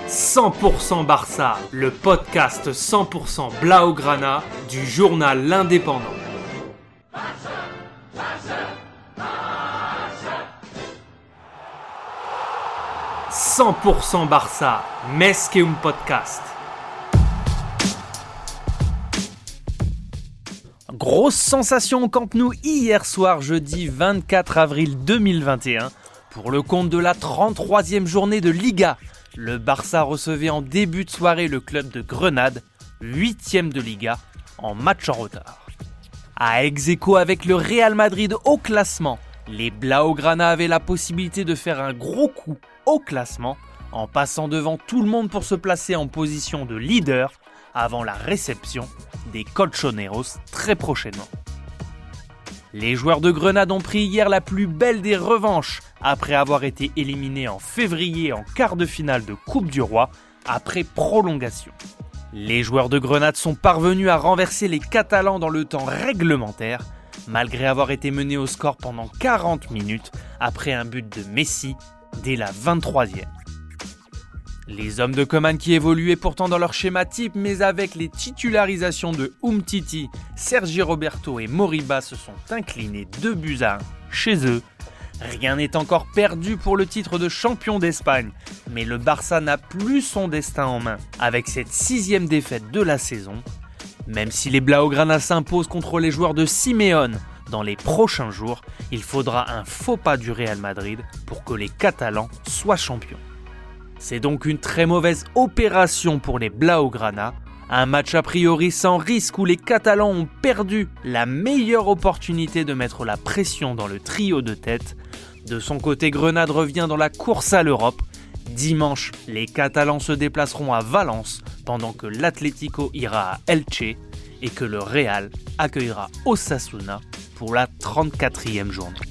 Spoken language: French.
100% Barça, le podcast 100% Blaugrana du journal L'Indépendant. 100% Barça, més que un podcast. Grosse sensation au Camp Nou hier soir, jeudi 24 avril 2021. Pour le compte de la 33e journée de Liga, le Barça recevait en début de soirée le club de Grenade, 8e de Liga, en match en retard. À ex-aequo avec le Real Madrid au classement, les Blaugrana avaient la possibilité de faire un gros coup au classement en passant devant tout le monde pour se placer en position de leader avant la réception des Colchoneros très prochainement. Les joueurs de Grenade ont pris hier la plus belle des revanches après avoir été éliminés en février en quart de finale de Coupe du Roi après prolongation. Les joueurs de Grenade sont parvenus à renverser les Catalans dans le temps réglementaire malgré avoir été menés au score pendant 40 minutes après un but de Messi dès la 23e. Les hommes de Koeman qui évoluaient pourtant dans leur schéma type, mais avec les titularisations de Umtiti, Sergi Roberto et Moriba se sont inclinés 2-1 chez eux. Rien n'est encore perdu pour le titre de champion d'Espagne, mais le Barça n'a plus son destin en main avec cette 6e défaite de la saison. Même si les Blaugrana s'imposent contre les joueurs de Simeone dans les prochains jours, il faudra un faux pas du Real Madrid pour que les Catalans soient champions. C'est donc une très mauvaise opération pour les Blaugrana, un match a priori sans risque où les Catalans ont perdu la meilleure opportunité de mettre la pression dans le trio de tête. De son côté, Grenade revient dans la course à l'Europe. Dimanche, les Catalans se déplaceront à Valence pendant que l'Atlético ira à Elche et que le Real accueillera Osasuna pour la 34e journée.